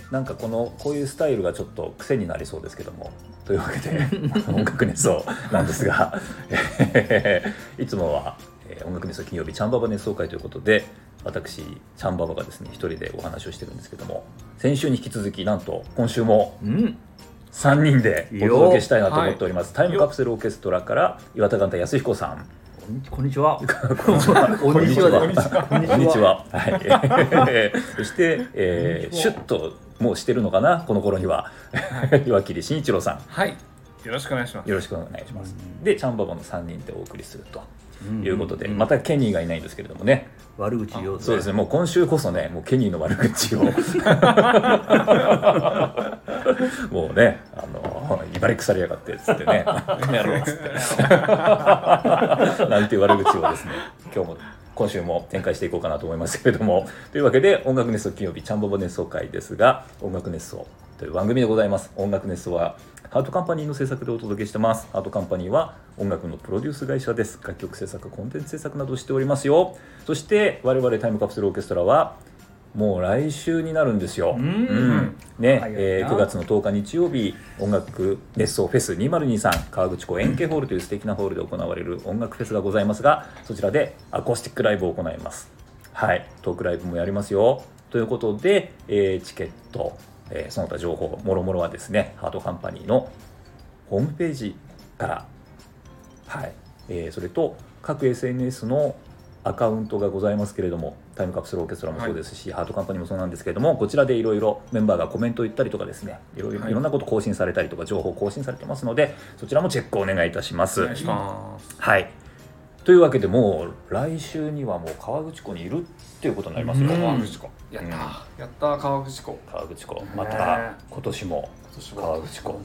なんかこういうスタイルがちょっと癖になりそうですけども、というわけで音楽熱奏なんですがいつもは音楽熱奏金曜日チャンババ熱奏会ということで、私チャンババがですね一人でお話をしてるんですけども、先週に引き続きなんと今週も3人でお届けしたいなと思っております。タイムカプセルオーケストラから岩田元康彦さん、 こんにちは。 こんにちは。 こんにちは。 こんにちは。はい。そして、シュッともうしてるのかなこの頃には、岩切慎一郎さん。 はい。よろしくお願いします。 よろしくお願いします。で、チャンババの3人でお送りするということで、またケニーがいないんですけれどもね。 悪口言おうぜ。 そうですね。もう今週こそね、もうケニーの悪口をもうね、威張り腐りやがってっつってね、やろうっつってなんていう悪口をですね、今週も展開していこうかなと思いますけれども、というわけで音楽熱奏金曜日チャンババ熱奏会ですが、音楽熱奏という番組でございます。音楽熱奏はハートカンパニーの制作でお届けしてます。ハートカンパニーは音楽のプロデュース会社です。楽曲制作、コンテンツ制作などしておりますよ。そして我々タイムカプセルオーケストラはもう来週になるんですよ。ね、9月の10日日曜日、音楽熱奏フェス2023川口湖円形ホールという素敵なホールで行われる音楽フェスがございますが、そちらでアコースティックライブを行います。はい、トークライブもやりますよということで、チケット、その他情報もろもろはですね、ハートカンパニーのホームページから、はい、それと各 SNS のアカウントがございますけれども、タイムカプセルオーケストラもそうですし、ハートカンパニーもそうなんですけれども、こちらでいろいろメンバーがコメントを言ったりとかですね、いろんなこと更新されたりとか情報更新されてますので、そちらもチェックお願いいたします。 お願いします。 はい。というわけで、もう来週にはもう河口湖にいるっていうことになりますよ。 川口湖。やった川口湖。 川口湖、また今年も川口湖、はい。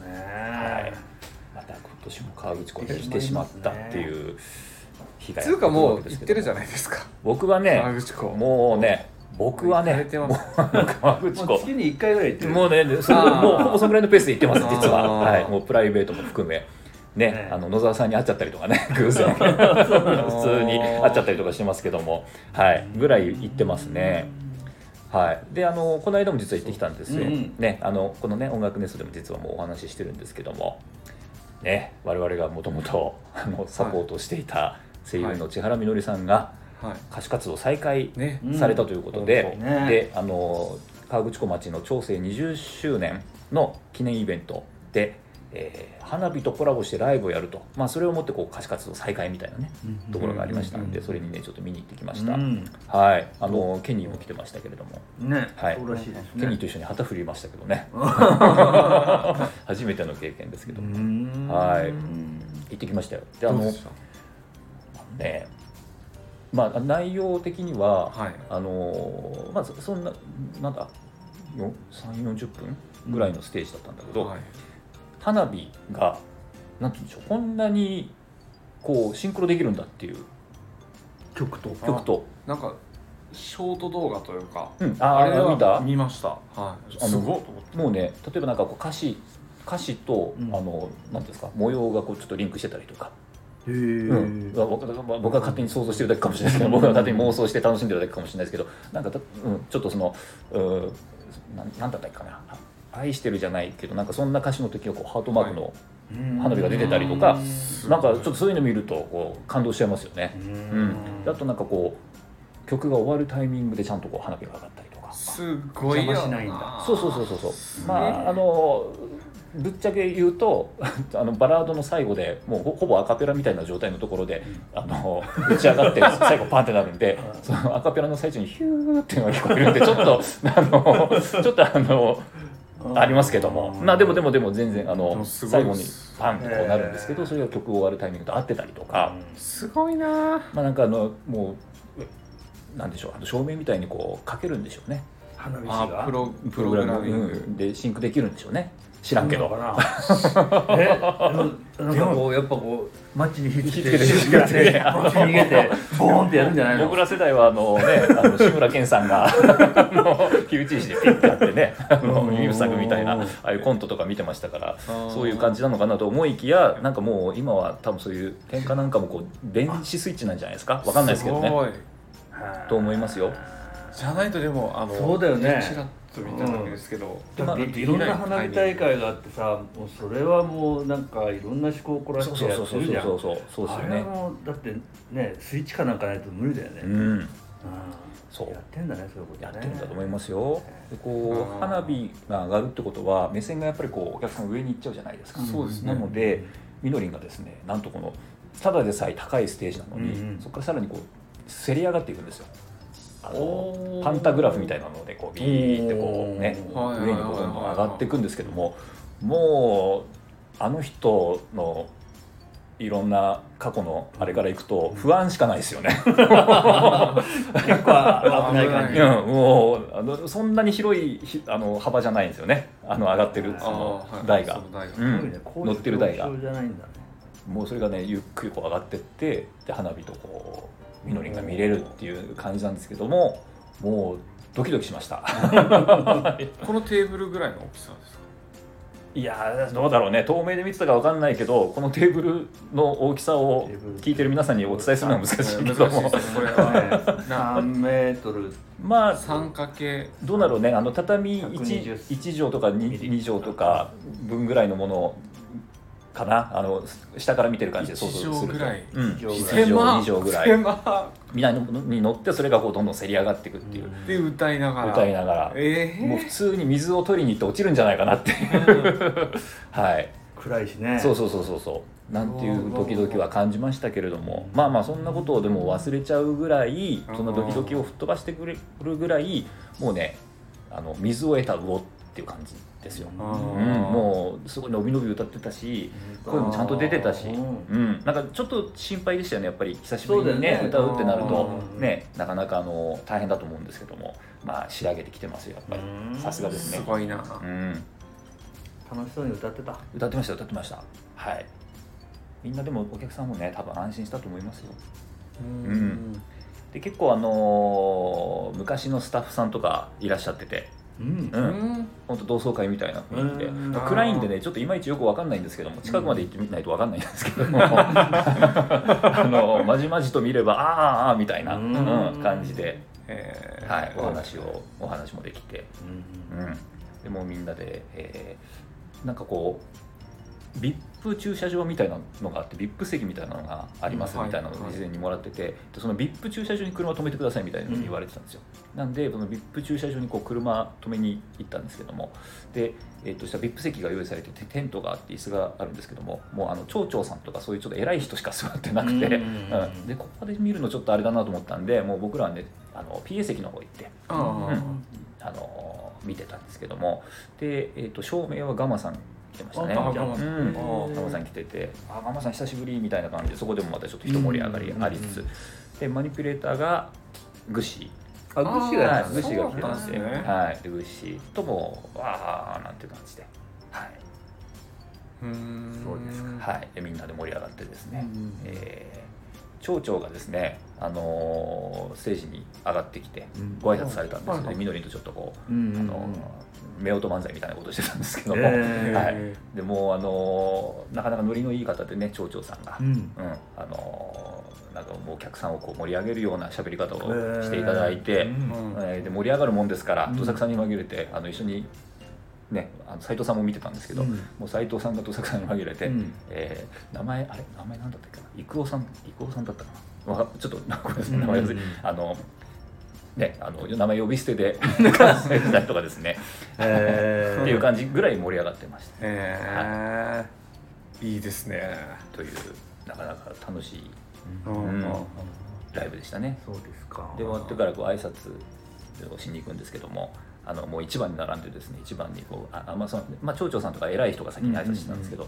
また今年も川口湖に来てしまったっていう被害。 つうかもう行ってるじゃないですか。 僕はね、もうね、僕はね、川口湖月に1回ぐらい行ってる。 もうね、もうほぼそのぐらいのペースで行ってます実は。はい、もうプライベートも含め。ね、野沢さんに会っちゃったりとかね、偶然普通に会っちゃったりとかしてますけども、はい、ぐらい行ってますね。はい、でこの間も実は行ってきたんですよ、ね、このね音楽熱奏でも実はもうお話ししてるんですけども、ね、我々がもともとサポートしていた声優の千原みのりさんが歌手活動再開されたということで、で河口湖町の長生20周年の記念イベントで、花火とコラボしてライブをやると、それをもって歌手活動再開みたいなね、ところがありましたので、それにねちょっと見に行ってきました。はい、ケニーも来てましたけれどもね、 はい、 そうらしいですね。 ケニーと一緒に旗振りましたけどね初めての経験ですけども、はい、行ってきましたよ。でね、内容的には、そんななんだ3、40分ぐらいのステージだったんだけど、花火がなんて言うんでしょう、こんなにこうシンクロできるんだっていう曲となんかショート動画というか、 あれは見ました。すごいと思って。 もうね、例えばなんか歌詞となんですか、模様がちょっとリンクしてたりとか。僕が勝手に想像してるだけかもしれないですけど、僕が勝手に妄想して楽しんでるだけかもしれないですけど、なんかちょっとなんだったっけかな、愛してるじゃないけど、なんかそんな歌詞の時はハートマークの花火が出てたりとか、なんかちょっとそういうの見ると感動しちゃいますよね。あとなんか曲が終わるタイミングでちゃんと花火が上がったりとか、 すごいよな。 邪魔しないんだ。 そうぶっちゃけ言うとバラードの最後でもうほぼアカペラみたいな状態のところで打ち上がって最後パンってなるんで、そのアカペラの最中にヒューっていうのが聞こえるんで、ちょっとありますけども、でも全然最後にパンとなるんですけど、それが曲終わるタイミングと合ってたりとか、 すごいな。 なんかもうなんでしょう、照明みたいにかけるんでしょうね、 花火師がプログラムでシンクできるんでしょうね。知らんけど。 でもやっぱ街に火つけて街に逃げてボーンってやるんじゃないの？ 僕ら世代は志村けんさんが火打ち石でピッてやってね、ミューサグみたいなああいうコントとか見てましたから、そういう感じなのかなと思いきや、なんかもう今は多分そういう点火なんかも電子スイッチなんじゃないですか。わかんないですけどね。と思いますよ。 じゃないとでもそうだよね。 と見ただけですけど、 だっていろんな花火大会があってさ、もうそれはもうなんかいろんな思考を凝らしてやってるじゃん。 そうですよあれね。 はもうだってね、スイッチかなんかないと無理だよね。 そうやってんだね、そういうことね。 やってるんだと思いますよ。でこう花火が上がるってことは目線がやっぱりこうお客さん上に行っちゃうじゃないですか。 そうですね。 なのでみのりんがですね、なんとこのただでさえ高いステージなのに、そこからさらにこうせり上がっていくんですよ。パンタグラフみたいなのでこうビーってこうね上にこうどんどん上がっていくんですけども、もうあの人のいろんな過去のあれからいくと不安しかないですよね。 結構危ない感じ。 もうそんなに広い幅じゃないんですよね。上がってるその台が、乗ってる台が。もうそれがねゆっくりこう上がってってで花火とこうみのりんが見れるっていう感じなんですけども、もうドキドキしました。 このテーブルぐらいの大きさですか？ いやどうだろうね、透明で見てたか分かんないけど、このテーブルの大きさを聞いてる皆さんにお伝えするのは難しいけども、 これは何メートル、 まあ 3× どうだろうね、畳 1畳とか 2畳とか分ぐらいのものかな、下から見てる感じで想像すると1畳ぐらいみたいなのに乗って、それがこうどんどんせり上がっていくっていう、 で歌いながらもう普通に水を取りに行って落ちるんじゃないかなっていうはい暗いしね、 そうなんていうドキドキは感じましたけれども、まあそんなことをでも忘れちゃうぐらい、そんなドキドキを吹っ飛ばしてくれるぐらい、もうね水を得た魚っていう感じですよ。もうすごい伸び伸び歌ってたし、声もちゃんと出てたし、なんかちょっと心配でしたよね、やっぱり久しぶりにね歌うってなるとね、なかなか大変だと思うんですけども、まあ仕上げてきてますよ、やっぱりさすがですね。 すごいな。 楽しそうに歌ってた。 歌ってましたはい。みんなでもお客さんもね多分安心したと思いますよ。で結構昔のスタッフさんとかいらっしゃってて、本当同窓会みたいな雰囲気で、暗いんでねちょっといまいちよく分かんないんですけども、近くまで行ってみないと分かんないんですけども、まじまじと見ればああみたいな感じで、お話もできて、でもみんなで、なんかこうVIP 駐車場みたいなのがあって VIP 席みたいなのがありますみたいなのを事前にもらってて、その VIP 駐車場に車を止めてくださいみたいなのに言われてたんですよ。なんでその VIP 駐車場にこう車止めに行ったんですけども、で、した VIP 席が用意されててテントがあって椅子があるんですけども、もう町長さんとかそういうちょっと偉い人しか座ってなくて、でここで見るのちょっとあれだなと思ったんで、もう僕らはねPA 席の方行って見てたんですけども、で、照明はガマさん来てましたね。ガマさん来てて、ガマさん久しぶりみたいな感じで、そこでもまたちょっと一盛り上がりありつつ、でマニピュレーターがグッシー、 グッシーが来てまして、でグッシーともわーなんて感じで、 そうですか。でみんなで盛り上がってですね、町長がですね、ステージに上がってきてご挨拶されたんですよね。みのりんとちょっとこう夫婦漫才みたいなことをしてたんですけども、でもなかなかノリのいい方でね、町長さんが、なんかもうお客さんをこう盛り上げるような喋り方をしていただいて、で盛り上がるもんですから、どさくさんに紛れて一緒にね、斉藤さんも見てたんですけど、もう斉藤さんがどさくさんに紛れて、名前なんだったっけな、郁夫さんだったかな、ちょっとごめんなさい、名前忘れ名前呼び捨てでたりとかですね、っていう感じぐらい盛り上がってました。 いいですね。 というなかなか楽しいライブでしたね。 そうですか。 で終わってからこう挨拶をしに行くんですけども、もう一番に並んでですね、一番にこう町長さんとか偉い人が先に挨拶したんですけど、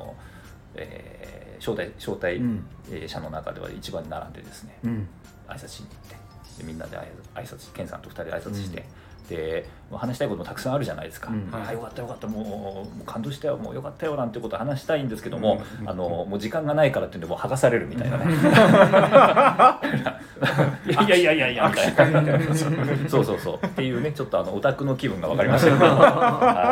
招待者の中では一番に並んでですね、挨拶しに行って、でみんなで挨拶、健さんと2人で挨拶して、で話したいこともたくさんあるじゃないですか。よかったもう感動したよ、もうよかったよなんてことを話したいんですけども、もう時間がないからっていうんでもう剥がされるみたいなね。いやみたいな。そうっていうね、ちょっとオタクの気分が分かりましたけど、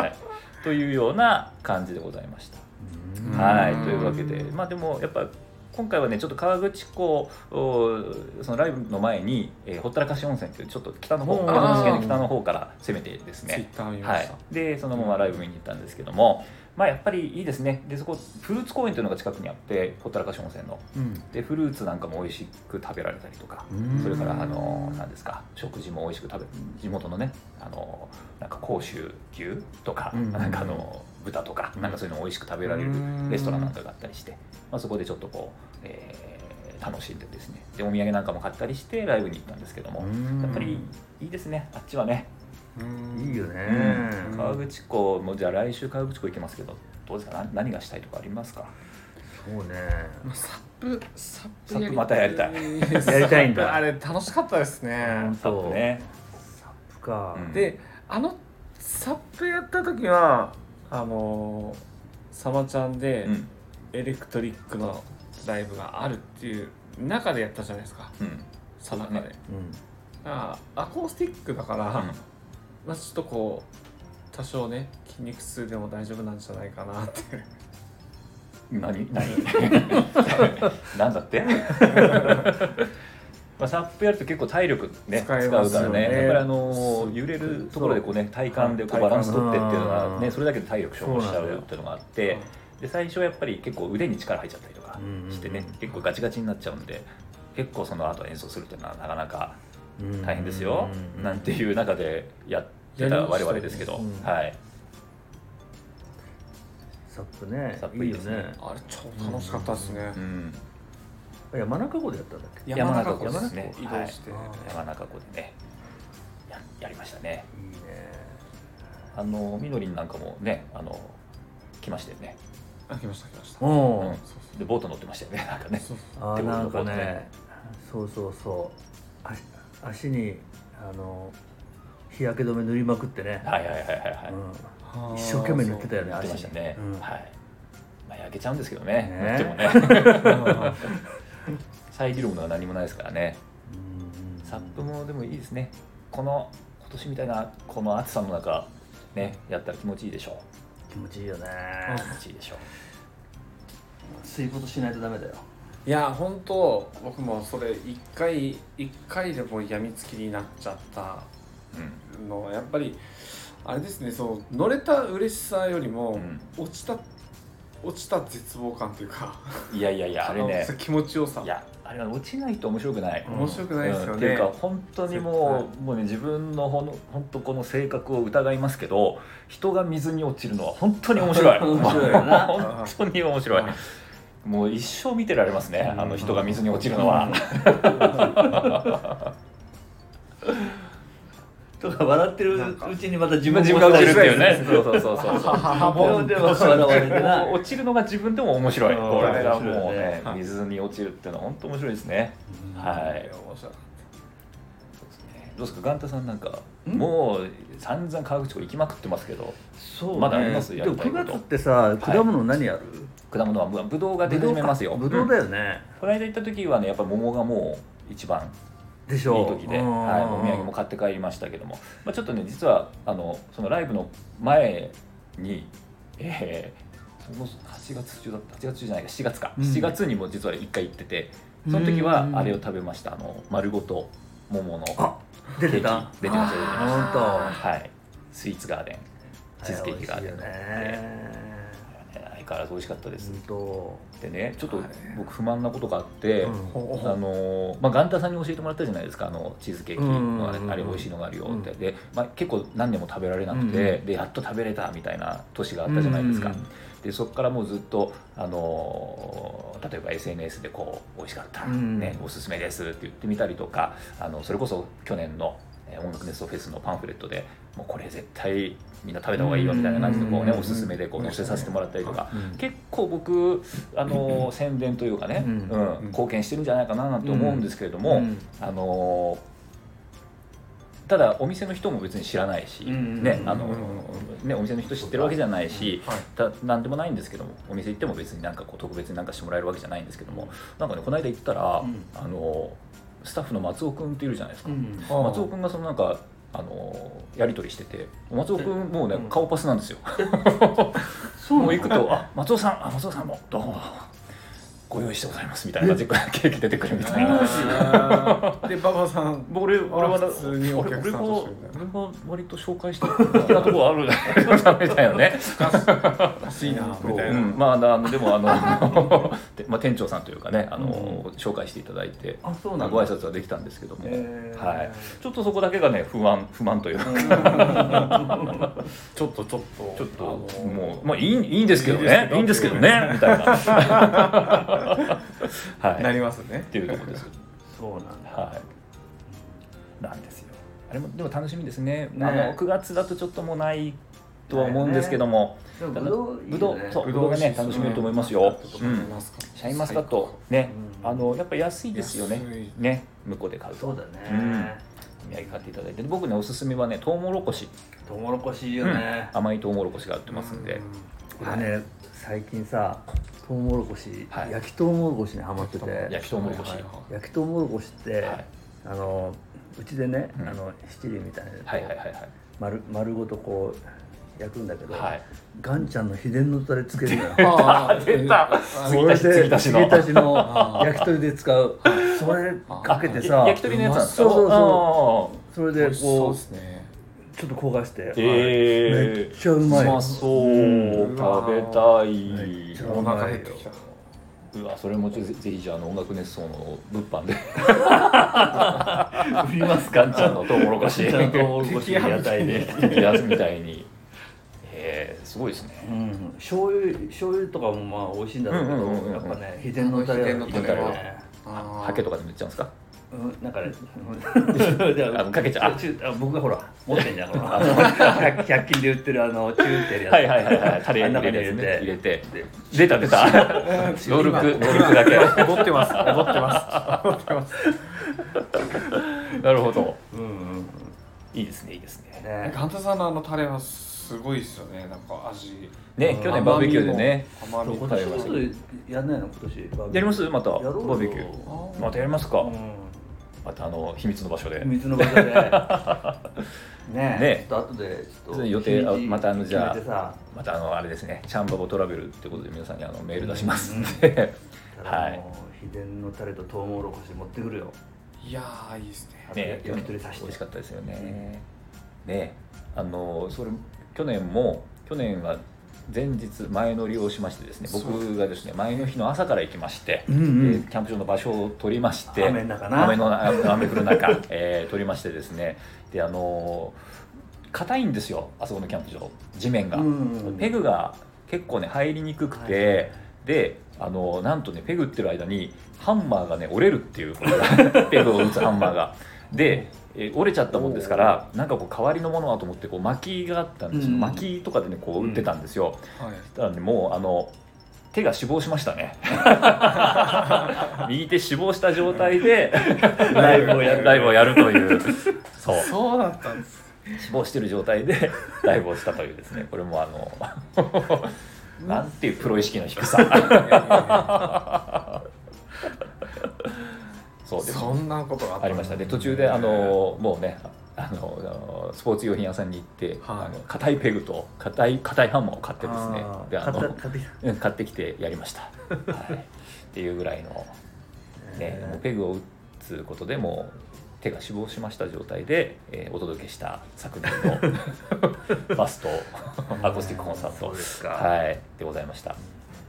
というような感じでございました。というわけで、でもやっぱ今回はねちょっと河口湖そのライブの前に、ほったらかし温泉っていうちょっと北の方山梨県の北の方から攻めてですね、 ツイッター見まはいした、 でそのままライブ見に行ったんですけども、まあやっぱりいいですね。でそこフルーツ公園というのが近くにあってほったらかし温泉のでフルーツなんかも美味しく食べられたりとか、それから何ですか食事も美味しく地元のねなんか甲州牛とか、なんか豚とか、なんかそういうのを美味しく食べられるレストランなんかがあったりして、まあ、そこでちょっとこう、楽しんでですね、でお土産なんかも買ったりしてライブに行ったんですけども、やっぱりいいですね、あっちはね。 いいよね、 河口湖もじゃあ来週河口湖行きますけど、どうですか、何がしたいとかありますか？ そうね、 サッサップまたやりたいやりたいんだ。 あれ楽しかったですね。 サップね。 サップか、 でサップやった時はサマちゃんでエレクトリックのライブがあるっていう中でやったじゃないですか、さなかで、だからアコースティックだから、まあちょっとこう多少ね筋肉痛でも大丈夫なんじゃないかなって何なんだってまあ、サップやると結構体力ね使うからね、やっぱり揺れるところでこうね体幹でこうバランス取ってっていうのがね、それだけで体力消耗しちゃうっていうのがあって、で最初はやっぱり結構腕に力入っちゃったりとかしてね、結構ガチガチになっちゃうんで、結構その後演奏するっていうのはなかなか大変ですよ、なんていう中でやってた我々ですけど、はい。 サップね、 サップいいですね。 あれ超楽しかったですね。 山中湖でやったんだっけ？ 山中湖ですね。 移動して、 山中湖でねやりましたね。 いいね。 みのりんなんかもね来ましたよね。 来ました。 でボート乗ってましたよね、なんかね。 なんかね、そう足に日焼け止め塗りまくってね。 はい。 一生懸命塗ってたよね、 塗ってましたね。はい。まあ焼けちゃうんですけどね、塗ってもね。遮るものは何もないですからね。サップもでもいいですね。今年みたいなこの暑さの中ねやったら気持ちいいでしょう。 気持ちいいよね。 気持ちいいでしょう。 水没しないとダメだよ。 いや本当僕もそれ一回でもう病みつきになっちゃったの、やっぱりあれですね、そう乗れた嬉しさよりも、落ちた絶望感というか、 いやあれね気持ちよさ、 いやあれは落ちないと面白くない、 面白くないですよね。 っていうか本当にもうね自分の本当この性格を疑いますけど、人が水に落ちるのは本当に面白い。 面白いよな。 本当に面白い。もう一生見てられますね、人が水に落ちるのは。 とか笑ってるうちにまた自分が落ちるっていうね。そう。 でも笑われてな。 落ちるのが自分でも面白い。これがもうね、水に落ちるっていうのは本当面白いですね。はい。どうですか、ガンタさんなんかもう散々河口湖行きまくってますけど、まだあります？やりたいこと。 9月ってさ、果物何やる？ 果物はブドウが出始めますよ。 ブドウだよね。 この間行った時はね、やっぱ桃がもう一番でしょう。 いい時で、お土産も買って帰りましたけども、ちょっとね実はそのライブの前に、その8月中じゃないか7月か、7月にも実は1回行ってて、その時はあれを食べました。丸ごと桃のケーキ出てました。はい、スイーツガーデン、チーズケーキガーデンで。相変わらず美味しかったです。でね、ちょっと僕不満なことがあって、ガンタさんに教えてもらったじゃないですか、チーズケーキのあれ美味しいのがあるよって。で、結構何年も食べられなくて、でやっと食べれたみたいな年があったじゃないですか。でそこからもうずっと例えば SNS でこう美味しかった、ね、おすすめですって言ってみたりとか、それこそ去年の音楽ネストフェスのパンフレットでもうこれ絶対みんな食べた方がいいよみたいな感じでこう、ね、おすすめでこう載せさせてもらったりとか、結構僕宣伝というかね、貢献してるんじゃないかななんて思うんですけれども、ただお店の人も別に知らないし、ね、お店の人知ってるわけじゃないし、なんでもないんですけども、お店行っても別になんかこう特別になんかしてもらえるわけじゃないんですけども、なんかねこの間行ったら、スタッフの松尾くんっているじゃないですか。松尾くんがそのなんかやり取りしてて、松尾くんもうね顔パスなんですよ。もう行くと松尾さんもどうも。 ご用意してございますみたいな感じでケーキ出てくるみたいな。 で馬場さん俺は普通にお客さんとして俺も割と紹介して好きなところあるみたいなね。 欲しいなみたいな、 まあでもまあ店長さんというかね紹介していただいてご挨拶はできたんですけども、はい、ちょっとそこだけがね不満というかちょっともうまあいいんですけどねいいんですけどねみたいなはいなりますねっていうところです。 そうなんだ。 はい。なんですよ。あれもでも楽しみですね。9月だとちょっともうないとは思うんですけども、ぶどうがね楽しめると思いますよ。シャインマスカットね、やっぱ安いですよね。ね、向こうで買うと。 そうだね。 お土産買っていただいて、僕ねおすすめはねトウモロコシ。 トウモロコシいいよね。 甘いトウモロコシが売ってますんで。 これね最近さ。トウモロコシ、焼きトウモロコシにハマってて、 焼きトウモロコシって、うちでね、七輪みたいな丸ごとこう焼くんだけど、ガンちゃんの秘伝のタレつけるのよ。 出た。 それで継ぎ足しの焼き鳥で使う。それかけてさ、 焼き鳥のやつなんですか。 それでこうちょっと焦がして、めっちゃうまい。 うまそう。食べたい。 お腹減ってきた。 うわ、それもぜひじゃあ音楽熱奏の物販で売りますか。 ガンちゃんのトウモロコシ。 トウモロコシ屋台でやつみたいに。すごいですね。 醤油とかもまあ美味しいんだろうけど、やっぱね秘伝のタレね。 ハケとかで塗っちゃうんですか。 なんかね、 かけちゃう。 僕がほら持ってんじゃん。100均で売ってるチューってやつ。 はいタレ入れて出たロルクだけ持ってます。 なるほど。いいですね。 ガンタさんのタレはすごいですよね。なんか味ね、去年バーベキューでね今年ちょっとやんないの。今年やります。またバーベキューまたやりますか。また秘密の場所で。ね、 ちょっと後でちょっと予定またじゃあまたあれですね、チャンバボトラベルってことで皆さんにメール出しますんで、はい。 秘伝のタレとトウモロコシ持ってくるよ。 いやーいいですね。 ね、 焼き鳥させて美味しかったですよね。ね、それ去年は前乗りをしましてですね、僕がですね前の日の朝から行きまして、キャンプ場の場所を取りまして、雨降る中取りましてですね、で硬いんですよ、あそこのキャンプ場地面が。ペグが結構ね入りにくくて、でなんとねペグ打ってる間にハンマーがね折れるっていうことがペグを打つハンマーがで折れちゃったもんですから、なんかこう代わりのものはと思ってこう薪があったんですよ。薪とかでねこう打ってたんですよ。だからねもう手が死亡しましたね。右手死亡した状態でライブをやるという。 そうだったんです。 死亡してる状態でライブをしたというですね、これもなんていうプロ意識の低さ。 そんなことがありました。で途中でもうねスポーツ用品屋さんに行って硬いペグと硬いハンマーを買ってですね、で買ってきてやりました。っていうぐらいのね、もうペグを打つことでもう手が死亡しました状態でお届けした昨年のファストアコースティックコンサートでございました。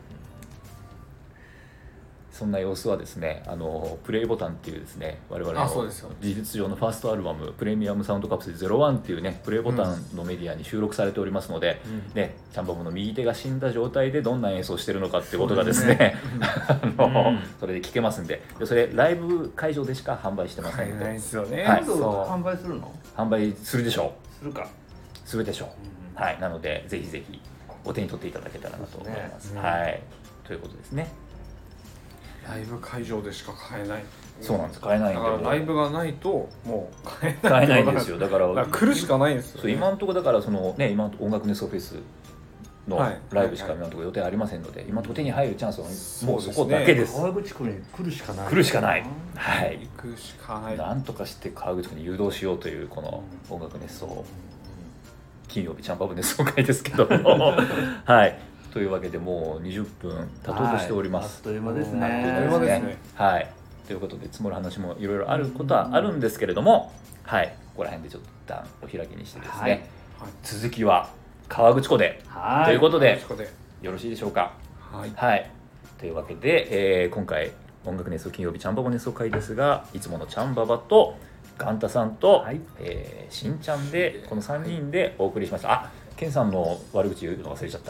そんな様子はですね、プレイボタンっていうですね、我々の事実上のファーストアルバムプレミアムサウンドカプセル01っていうねプレイボタンのメディアに収録されておりますので、ね、チャンバボの右手が死んだ状態でどんな演奏してるのかってことがですね、それで聞けますんで、それライブ会場でしか販売してませんので、 販売するの？ 販売するでしょう。 するか。 するでしょう。はい、なのでぜひぜひお手に取っていただけたらなと思います。はい、ということですね。 ライブ会場でしか買えない。 そうなんです、買えないんで。 だからライブがないともう買えないんですよ。だから来るしかないんですよ、 そう今のところだからね、今の音楽熱奏フェスのライブしか今のところ予定ありませんので、今のところ手に入るチャンスはもうそこだけです。 川口湖に来るしかない。 来るしかない。はい。 行くしかない。 なんとかして川口湖に誘導しようというこの音楽熱奏金曜日チャンパブ熱奏会ですけども、はい。 というわけでもう20分経とうとしております。 あっという間ですあっという間ですね。 ね。 はい。ということで積もる話もいろいろあることはあるんですけれども、はい。ここら辺でちょっと一旦お開きにしてですね。 はい、 続きは河口湖でということでよろしいでしょうか。 はい。 はい。というわけで、今回音楽熱奏金曜日チャンババ熱奏会ですが、いつものチャンババとガンタさんと、 はい、 しんちゃんでこの3人でお送りしました。あ、ケンさんの悪口言うの忘れちゃった。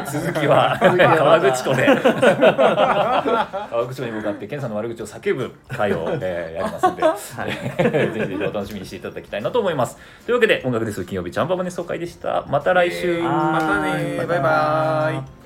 続きは河口湖で河口湖に向かってケンさんの悪口を叫ぶ会を、やりますんで、ぜひお楽しみにしていただきたいなと思います。というわけで音楽熱奏金曜日チャンババ熱奏会でした。また来週。 またね。バイバイ。